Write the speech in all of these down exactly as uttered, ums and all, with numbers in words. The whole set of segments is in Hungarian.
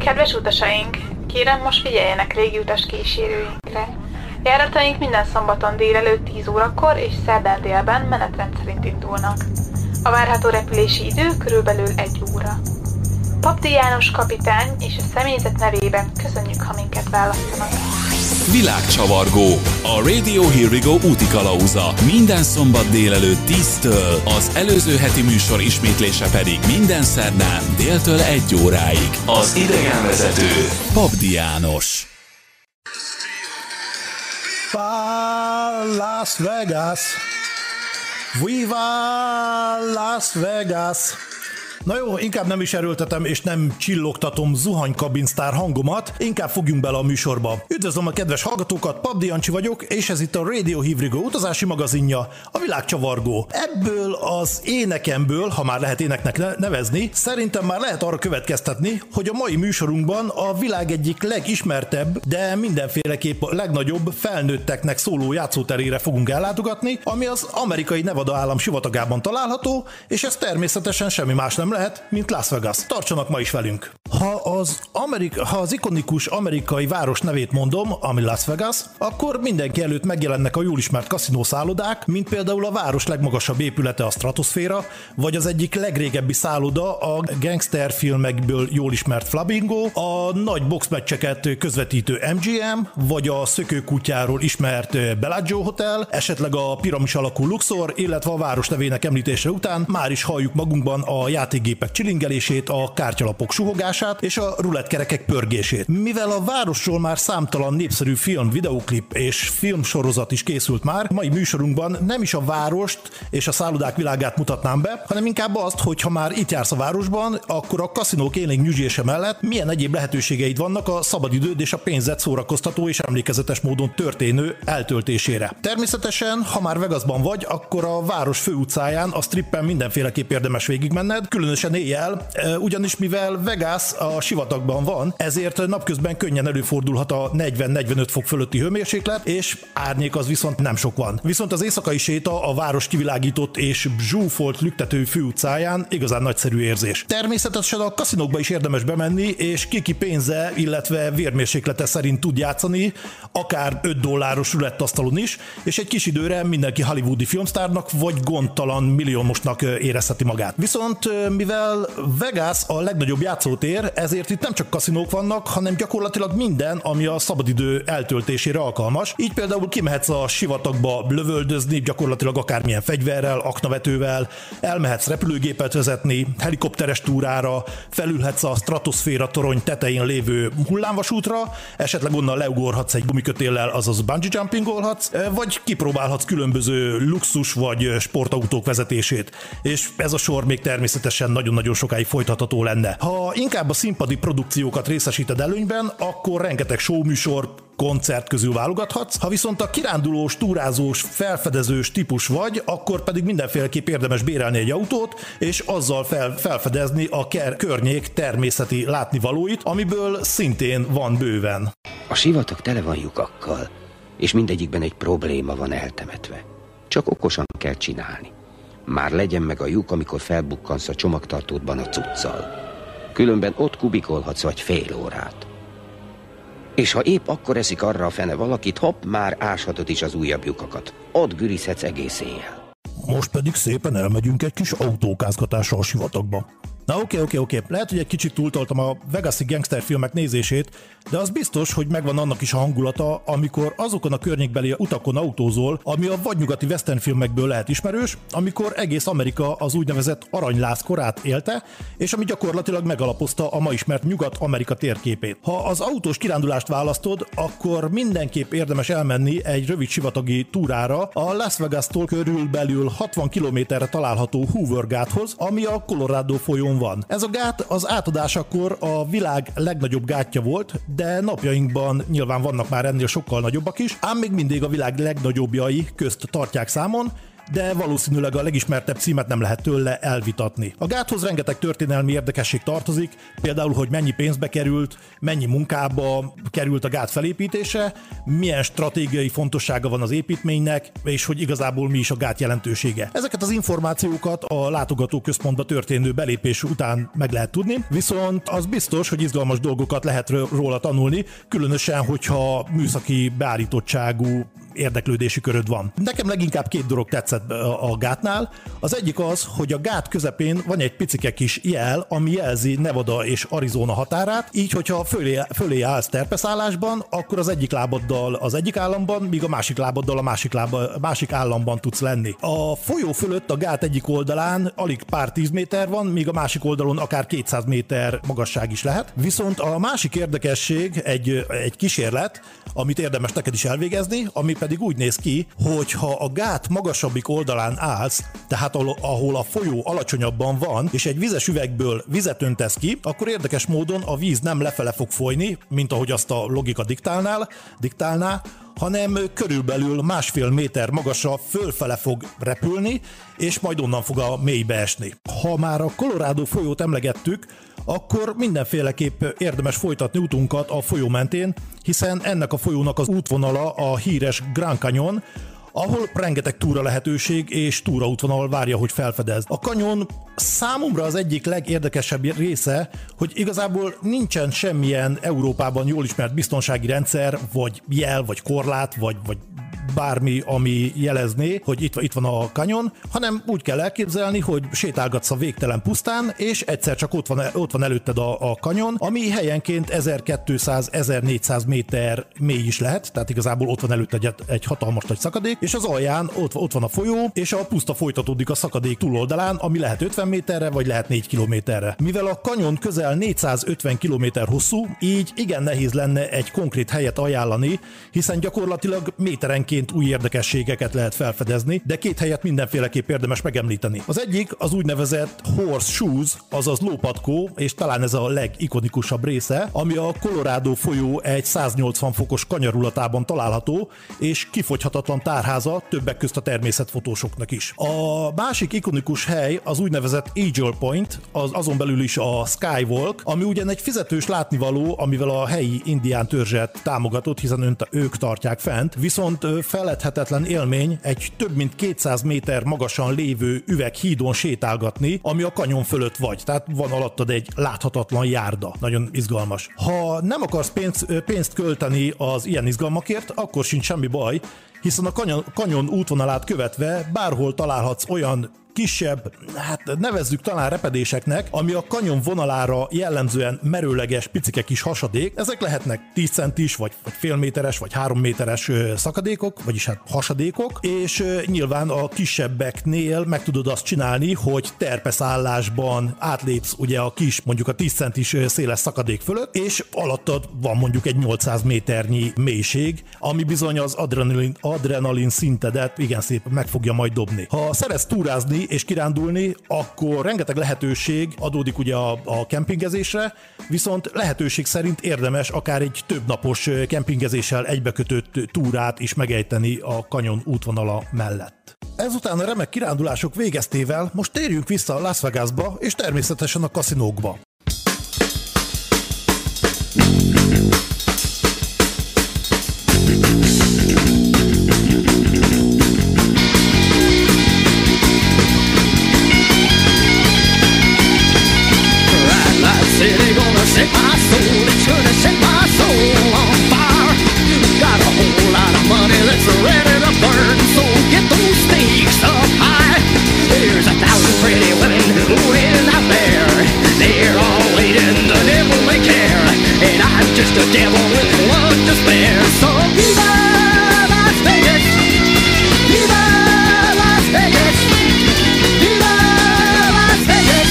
Kedves utasaink, kérem most figyeljenek légiutas kísérőinkre. Járataink minden szombaton délelőtt tíz órakor és szerdán délben menetrend szerint indulnak. A várható repülési idő körülbelül egy óra. Papdi János kapitány és a személyzet nevében köszönjük, ha minket választanak. Világcsavargó, a Radio Here We Go útikalauza minden szombat délelőtt tíztől, az előző heti műsor ismétlése pedig minden szerdán déltől egy óráig. Az idegenvezető Papdi János. Las Vegas, Viva Las Vegas. Na jó, inkább nem is erőltetem és nem csillogtatom zuhanykabinsztár hangomat, inkább fogjunk bele a műsorba. Üdvözlöm a kedves hallgatókat, Papdi Jancsi vagyok, és ez itt a Radio Here We Go utazási magazinja, a világcsavargó. Ebből az énekemből, ha már lehet éneknek nevezni, szerintem már lehet arra következtetni, hogy a mai műsorunkban a világ egyik legismertebb, de mindenféleképp a legnagyobb felnőtteknek szóló játszóterére fogunk ellátogatni, ami az amerikai Nevada állam sivatagában található, és ez természetesen semmi más nem lehet, mint Las Vegas. Tartsanak ma is velünk! Ha az, Amerika, ha az ikonikus amerikai város nevét mondom, ami Las Vegas, akkor mindenki előtt megjelennek a jól ismert kaszinószállodák, mint például a város legmagasabb épülete, a Stratosphere, vagy az egyik legrégebbi szálloda, a gangster filmekből jól ismert Flamingo, a nagy boxmeccseket közvetítő em gé em, vagy a szökőkutyáról ismert Bellagio Hotel, esetleg a piramis alakú Luxor, illetve a város nevének említése után már is halljuk magunkban a játékgépek csilingelését, a kártyalapok suhogását és a rulettkerekek pörgését. Mivel a városról már számtalan népszerű film, videóklip és filmsorozat is készült már, mai műsorunkban nem is a várost és a szállodák világát mutatnám be, hanem inkább azt, hogy ha már itt jársz a városban, akkor a kaszinók élénk nyüzsése mellett milyen egyéb lehetőségeid vannak a szabadidőd és a pénzed szórakoztató és emlékezetes módon történő eltöltésére. Természetesen, ha már Vegasban vagy, akkor a város főutcáján, a strippen mindenféleképp érdemes végigmenned, különösen éjjel, ugyanis mivel Vegas a sivatagban van, ezért napközben könnyen előfordulhat a negyven-negyvenöt fok fölötti hőmérséklet, és árnyék az viszont nem sok van. Viszont az éjszakai séta a város kivilágított és zsúfolt lüktető főutcáján igazán nagyszerű érzés. Természetesen a kaszinókba is érdemes bemenni, és kiki pénze, illetve vérmérséklete szerint tud játszani, akár öt dolláros rulettasztalon is, és egy kis időre mindenki hollywoodi filmsztárnak vagy gondtalan milliómosnak érezheti magát. Viszont mivel Vegas a legnagyobb játszótér, ezért itt nem csak kaszinók vannak, hanem gyakorlatilag minden, ami a szabadidő eltöltésére alkalmas. Így például kimehetsz a sivatagba lövöldözni, gyakorlatilag akármilyen fegyverrel, aknavetővel, elmehetsz repülőgépet vezetni, helikopteres túrára, felülhetsz a Stratosphere torony tetején lévő hullámvasútra, esetleg onnan leugorhatsz egy gumikötéllel, azaz bungee jumpingolhatsz, vagy kipróbálhatsz különböző luxus vagy sportautók vezetését. És ez a sor még természetesen nagyon-nagyon sokáig folytatható lenne. Ha inkább a színpadi produkciókat részesíted előnyben, akkor rengeteg showműsor, koncert közül válogathatsz, ha viszont a kirándulós, túrázós, felfedezős típus vagy, akkor pedig mindenféleképp érdemes bérelni egy autót, és azzal fel, felfedezni a ker- környék természeti látnivalóit, amiből szintén van bőven. A sivatag tele van lyukakkal, és mindegyikben egy probléma van eltemetve. Csak okosan kell csinálni. Már legyen meg a lyuk, amikor felbukkansz a csomagtartódban a cuccal. Különben ott kubikolhatsz vagy fél órát. És ha épp akkor eszik arra a fene valakit, hopp, már áshatod is az újabb lyukakat. Ott gürizhetsz egész éjjel. Most pedig szépen elmegyünk egy kis autókázgatásra a sivatagba. Na oké, oké, oké, lehet, hogy egy kicsit túltoltam a Vegas-i gangster filmek nézését, de az biztos, hogy megvan annak is a hangulata, amikor azokon a környékbeli utakon autózol, ami a vadnyugati western filmekből lehet ismerős, amikor egész Amerika az úgynevezett aranyláz korát élte, és ami gyakorlatilag megalapozta a ma ismert Nyugat-Amerika térképét. Ha az autós kirándulást választod, akkor mindenképp érdemes elmenni egy rövid sivatagi túrára a Las Vegas-tól körülbelül hatvan kilométerre található Hoover gáthoz, ami a Colorado folyón van. Ez a gát az átadásakor a világ legnagyobb gátja volt, de napjainkban nyilván vannak már ennél sokkal nagyobbak is, ám még mindig a világ legnagyobbjai közt tartják számon, de valószínűleg a legismertebb címet nem lehet tőle elvitatni. A gáthoz rengeteg történelmi érdekesség tartozik, például, hogy mennyi pénzbe került, mennyi munkába került a gát felépítése, milyen stratégiai fontossága van az építménynek, és hogy igazából mi is a gát jelentősége. Ezeket az információkat a látogatóközpontba történő belépés után meg lehet tudni, viszont az biztos, hogy izgalmas dolgokat lehet róla tanulni, különösen, hogyha műszaki beállítottságú érdeklődési köröd van. Nekem leginkább két dolog tetszett a gátnál. Az egyik az, hogy a gát közepén van egy picike kis jel, ami jelzi Nevada és Arizona határát, így, hogyha fölé, fölé állsz terpeszállásban, akkor az egyik lábaddal az egyik államban, míg a másik lábaddal a másik, lába, másik államban tudsz lenni. A folyó fölött a gát egyik oldalán alig pár tíz méter van, míg a másik oldalon akár kétszáz méter magasság is lehet. Viszont a másik érdekesség egy, egy kísérlet, amit érdemes neked is elvégezni, ami pedig úgy néz ki, hogy ha a gát magasabbik oldalán állsz, tehát ahol a folyó alacsonyabban van, és egy vizes üvegből vizet öntesz ki, akkor érdekes módon a víz nem lefele fog folyni, mint ahogy azt a logika diktálnál, diktálná, hanem körülbelül másfél méter magasra fölfele fog repülni, és majd onnan fog a mélybe esni. Ha már a Colorado folyót emlegettük, akkor mindenféleképp érdemes folytatni utunkat a folyó mentén, hiszen ennek a folyónak az útvonala a híres Grand Canyon, ahol rengeteg túra lehetőség és túraútvonal várja, hogy felfedezd. A kanyon számomra az egyik legérdekesebb része, hogy igazából nincsen semmilyen Európában jól ismert biztonsági rendszer, vagy jel, vagy korlát, vagy, vagy bármi, ami jelezné, hogy itt, itt van a kanyon, hanem úgy kell elképzelni, hogy sétálgatsz a végtelen pusztán, és egyszer csak ott van, ott van előtted a, a kanyon, ami helyenként ezerkétszáz-ezernégyszáz méter mély is lehet, tehát igazából ott van előtted egy, egy hatalmas nagy szakadék, és az alján ott, ott van a folyó, és a puszta folytatódik a szakadék túloldalán, ami lehet ötven méterre, vagy lehet négy kilométerre. Mivel a kanyon közel négyszázötven kilométer hosszú, így igen nehéz lenne egy konkrét helyet ajánlani, hiszen gyakorlatilag méterenként új érdekességeket lehet felfedezni, de két helyet mindenféleképp érdemes megemlíteni. Az egyik az úgynevezett Horseshoes, azaz lópatkó, és talán ez a legikonikusabb része, ami a Colorado folyó egy száznyolcvan fokos kanyarulatában található, és kifogyhatatlan tárháza többek közt a természetfotósoknak is. A másik ikonikus hely az úgynevezett Eagle Point, az azon belül is a Skywalk, ami ugyan egy fizetős látnivaló, amivel a helyi indián törzset támogatott, hiszen ők tartják fent, viszont feledhetetlen élmény egy több mint kétszáz méter magasan lévő üveghídon sétálgatni, ami a kanyon fölött vagy, tehát van alattad egy láthatatlan járda. Nagyon izgalmas. Ha nem akarsz pénzt, pénzt költeni az ilyen izgalmakért, akkor sincs semmi baj, hiszen a kanyon, kanyon útvonalát követve bárhol találhatsz olyan kisebb, hát nevezzük talán repedéseknek, ami a kanyon vonalára jellemzően merőleges, picike kis hasadék. Ezek lehetnek tíz centis, vagy, vagy fél méteres, vagy három méteres szakadékok, vagyis hát hasadékok, és nyilván a kisebbeknél meg tudod azt csinálni, hogy terpeszállásban átlépsz ugye a kis, mondjuk a tíz centis széles szakadék fölött, és alattad van mondjuk egy nyolcszáz méternyi mélység, ami bizony az adrenalin, adrenalin szintedet igen szépen meg fogja majd dobni. Ha szeretsz túrázni és kirándulni, akkor rengeteg lehetőség adódik ugye a, a kempingezésre, viszont lehetőség szerint érdemes akár egy több napos kempingezéssel egybekötött túrát is megejteni a kanyon útvonala mellett. Ezután a remek kirándulások végeztével most térjünk vissza a Las Vegasba és természetesen a kaszinókba. City gonna set my soul, it's gonna set my soul on fire. Got a whole lot of money that's ready to burn, so get those stakes up high. There's a thousand pretty women waiting out there. They're all waiting, the devil may care. And I'm just a devil with one to spare. So viva Las Vegas, viva Las Vegas, viva Las Vegas.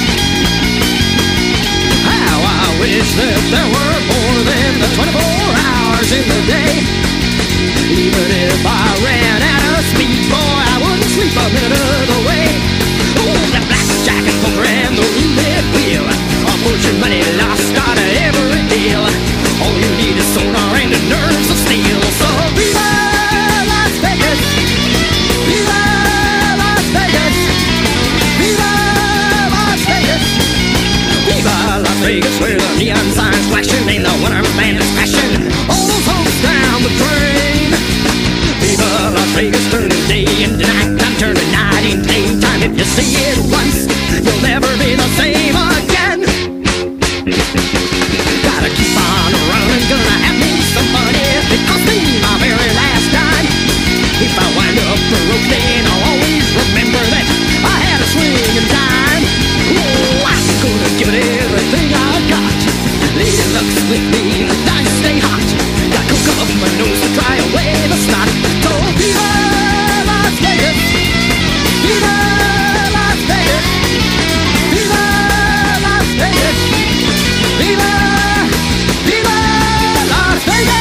Wish that there were more than the twenty-four hours in the day. Even if I ran out of speed, boy, I wouldn't sleep a minute of the way. Oh, the blackjack and poker and the roulette wheel, I'll put your money lost on every deal. All you need is sonar and the nerves of steel. So viva Las Vegas, viva Vegas where the neon signs flashing and the Wonderland is crashing. All those hopes down the drain. Viva Las Vegas, turning day into night time, turning night into daytime. If you see it once, you'll never be the same again. Gotta keep on running, gonna have me some money. It cost me my very last dime. If I wind up broke, then I'll always remember that I had a swinging time. Oh, I'm gonna give it everything I got. Lady luck's with me, the dice stay hot. Got coke up my nose to dry away the snot. So viva Las Vegas, viva Las Vegas, viva Las Vegas, viva, viva Las Vegas.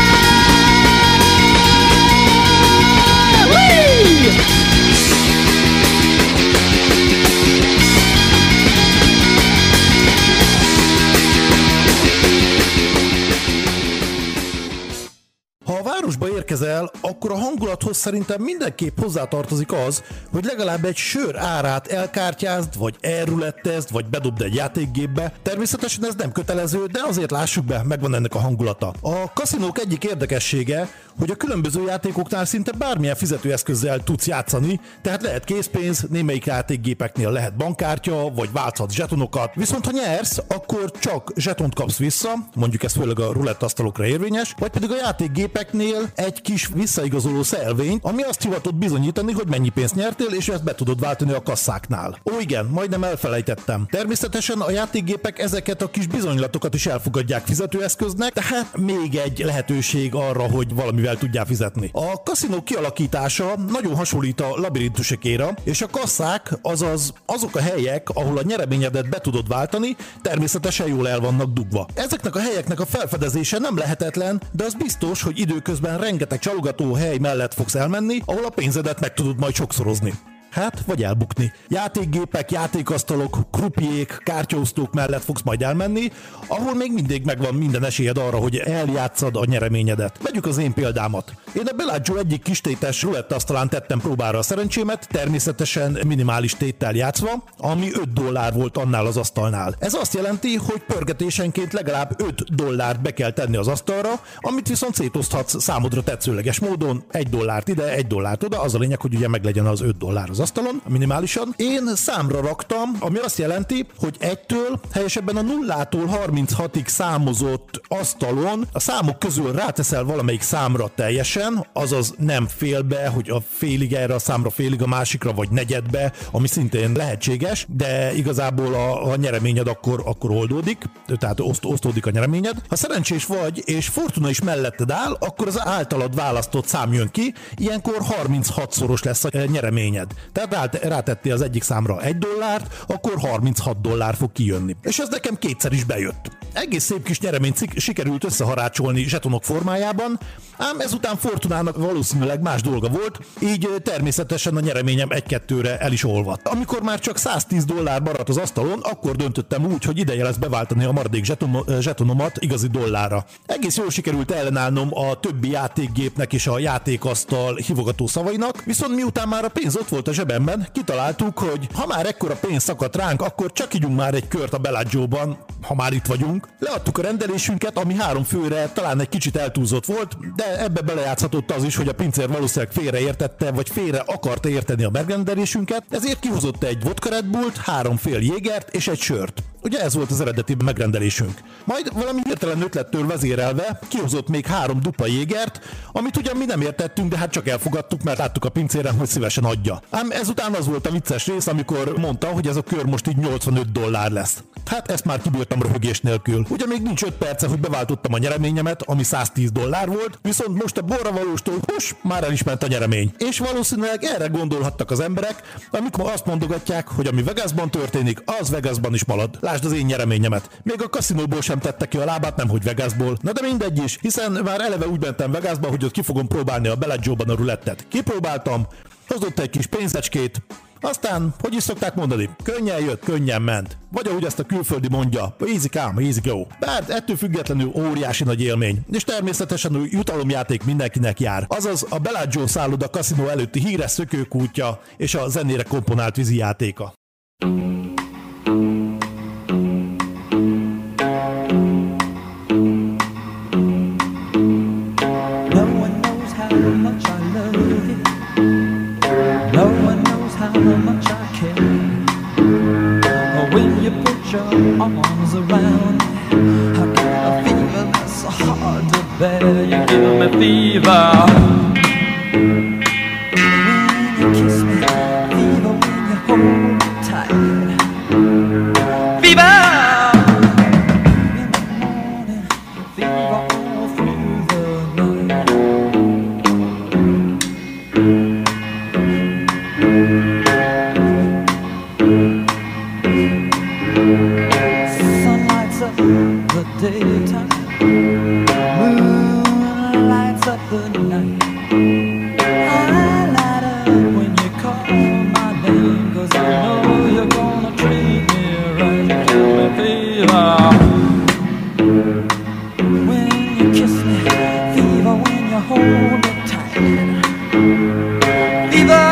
Ha a városba érkezel, akkor a hangulathoz szerintem mindenképp hozzátartozik az, hogy legalább egy sör árát elkártyázd, vagy elrulettezd, vagy bedobd egy játékgépbe. Természetesen ez nem kötelező, de azért lássuk be, megvan ennek a hangulata. A kaszinók egyik érdekessége, hogy a különböző játékoknál szinte bármilyen fizetőeszközzel tudsz játszani, tehát lehet készpénz, némelyik játékgépeknél lehet bankkártya, vagy válthatsz zsetonokat, viszont ha nyersz, akkor csak zsetont kapsz vissza, mondjuk ez főleg a rulettasztalokra érvényes, vagy pedig a játékgépeknél egy kis visszaigazoló szelvényt, ami azt hivatott bizonyítani, hogy mennyi pénzt nyertél, és ezt be tudod váltani a kasszáknál. Ó igen, majdnem elfelejtettem. Természetesen a játékgépek ezeket a kis bizonylatokat is elfogadják fizetőeszköznek, tehát még egy lehetőség arra, hogy valamivel tudjál fizetni. A kaszinó kialakítása nagyon hasonlít a labirintusekéra, és a kasszák, azaz azok a helyek, ahol a nyereményedet be tudod váltani, természetesen jól el vannak dugva. Ezeknek a helyeknek a felfedezése nem lehetetlen, de az biztos, hogy időközben rengeteg csalogató hely mellett fogsz elmenni, ahol a pénzedet meg tudod majd sokszorozni. Hát, vagy elbukni. Játékgépek, játékasztalok, krupiék, kártyaosztók mellett fogsz majd elmenni, ahol még mindig megvan minden esélyed arra, hogy eljátszad a nyereményedet. Vegyük az én példámat. Én a Bellagio egyik kistétes rulettasztalán tettem próbára a szerencsémet, természetesen minimális téttel játszva, ami öt dollár volt annál az asztalnál. Ez azt jelenti, hogy pörgetésenként legalább öt dollárt be kell tenni az asztalra, amit viszont szétoszthatsz számodra tetszőleges módon, egy dollárt ide, egy dollárt oda, az a lényeg, hogy ugye meglegyen az öt dollár az asztalon, minimálisan. Én számra raktam, ami azt jelenti, hogy egytől, helyesebben a nullától harminchatig számozott asztalon a számok közül ráteszel valamelyik számra teljesen, azaz nem félbe, hogy a félig erre a számra, félig a másikra, vagy negyedbe, ami szintén lehetséges, de igazából a, a nyereményed akkor, akkor oldódik, tehát oszt, osztódik a nyereményed. Ha szerencsés vagy, és fortuna is melletted áll, akkor az általad választott szám jön ki, ilyenkor harminchat-szoros lesz a nyereményed. Tehát rátettél az egyik számra egy dollárt, akkor harminchat dollár fog kijönni. És ez nekem kétszer is bejött. Egész szép kis nyereményt sikerült összeharácsolni zsetonok formájában, ám ezután Fortunának valószínűleg más dolga volt, így természetesen a nyereményem egy-kettőre el is olvadt. Amikor már csak száztíz dollár maradt az asztalon, akkor döntöttem úgy, hogy ideje lesz beváltani a maradék zseton, zsetonomat igazi dollárra. Egész jól sikerült ellenállnom a többi játékgépnek és a játékasztal hívogató szavainak, viszont miután már a pénz ott volt a zsebemben, kitaláltuk, hogy ha már ekkora pénz szakadt ránk, akkor csak ígyunk már egy kört a Bellagio-ban, ha már itt vagyunk. Leadtuk a rendelésünket, ami három főre talán egy kicsit eltúlzott volt, de ebbe belejátszhatott az is, hogy a pincér valószínűleg félreértette, vagy félre akarta érteni a megrendelésünket, ezért kihozott egy vodka Red Bullt, három fél jégert és egy sört. Ugye ez volt az eredeti megrendelésünk. Majd valami hirtelen ötlettől vezérelve kihozott még három dupla jégert, amit ugyan mi nem értettünk, de hát csak elfogadtuk, mert láttuk a pincéren, hogy szívesen adja. Ám ezután az volt a vicces rész, amikor mondta, hogy ez a kör most így nyolcvanöt dollár lesz. Hát ezt már kibírtam röhögés nélkül. Ugye még nincs öt perce, hogy beváltottam a nyereményemet, ami száztíz dollár volt, viszont most a borravalóstól hus, már el is ment a nyeremény. És valószínűleg erre gondolhattak az emberek, amikor azt mondogatják, hogy ami Vegasban történik, az Vegasban is marad. Lásd az én nyereményemet. Még a kaszinóból sem tette ki a lábát, nemhogy Vegasból. Na de mindegy is, hiszen már eleve úgy mentem Vegasba, hogy ott ki fogom próbálni a Bellagio-ban a rulettet. Kipróbáltam, hozott egy kis pénzecskét, aztán, hogy is szokták mondani, könnyen jött, könnyen ment. Vagy ahogy ezt a külföldi mondja, easy come, easy go. Bár ettől függetlenül óriási nagy élmény, és természetesen a jutalomjáték mindenkinek jár. Azaz a Bellagio szálloda kaszinó előtti híres szökőkútja és a zenére komponált vízijátéka. arms around me. I got a fever that's so hard to bear. You give me fever when you kiss me, fever when you hold me tight. Fever in the morning, fever all through the night. Sun lights up the daytime, moon lights up the night. I light up when you call my name, 'cause I know you're gonna treat me right. You give me fever when you kiss me, fever when you hold me tight. Fever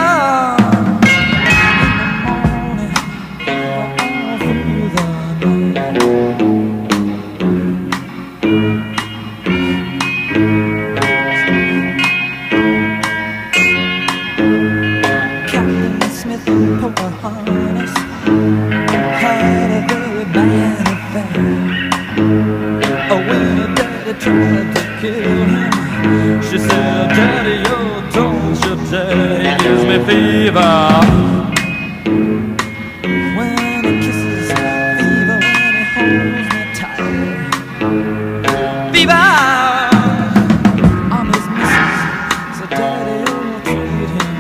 tried to kill him. She said, Daddy, oh, don't you dare. He gives me fever when he kisses, fever when he holds me tight. Fever, I'm his missus, so Daddy, oh, treat him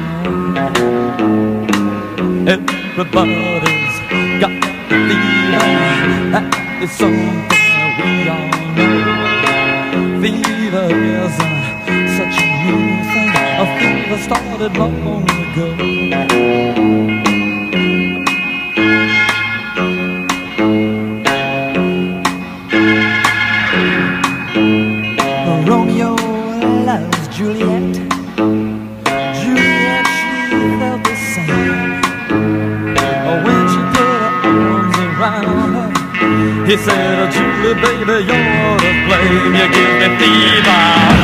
right. Everybody's got fever, that is something we all know. Fever isn't such a new thing. A fever started long ago. Romeo loves Juliet. Juliet, she felt the same. When she put her arms around her, he said, Julie, baby, you're to blame. You give me fever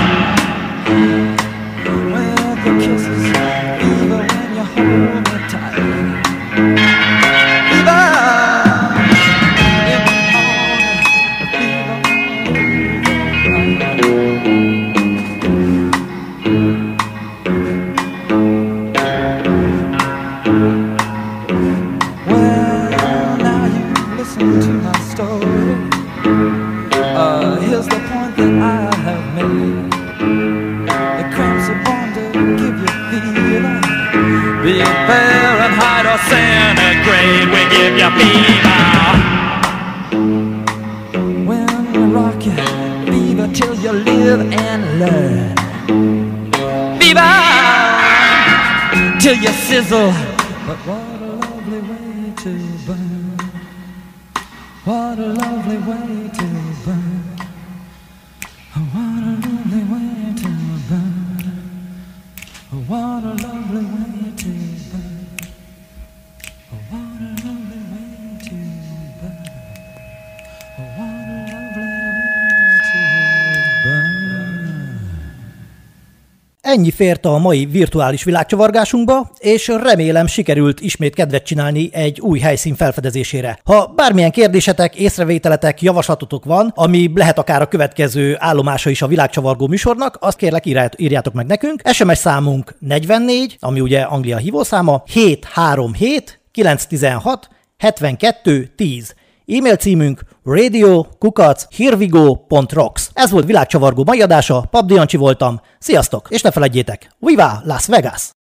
with your kisses, fever when you hold me tight. Fever in the morning, fever all through the night. Well, now you listen to my story. Uh, here's the point that I have made. The cramps are born to give you fever. Be it Fahrenheit or centigrade, we give you fever. When we rock you, fever till you live and learn. Fever till you sizzle. But what a lovely way to burn. What a lovely way to burn. What a lovely way to burn. What a lovely way to burn. What a lovely way to burn. What a lovely way to burn. Ennyi fért a mai virtuális világcsavargásunkba, és remélem sikerült ismét kedvet csinálni egy új helyszín felfedezésére. Ha bármilyen kérdésetek, észrevételetek, javaslatotok van, ami lehet akár a következő állomása is a világcsavargó műsornak, azt kérlek írjátok meg nekünk. es em es számunk negyvennégy, ami ugye Anglia hívószáma, hét három hét kilenc tizenhat hetvenkettő tíz. E-mail címünk radio kukac herevigo pont rocks. Ez volt világcsavargó mai adása, Pap Diancsi voltam. Sziasztok, és ne felejtjétek, Viva Las Vegas!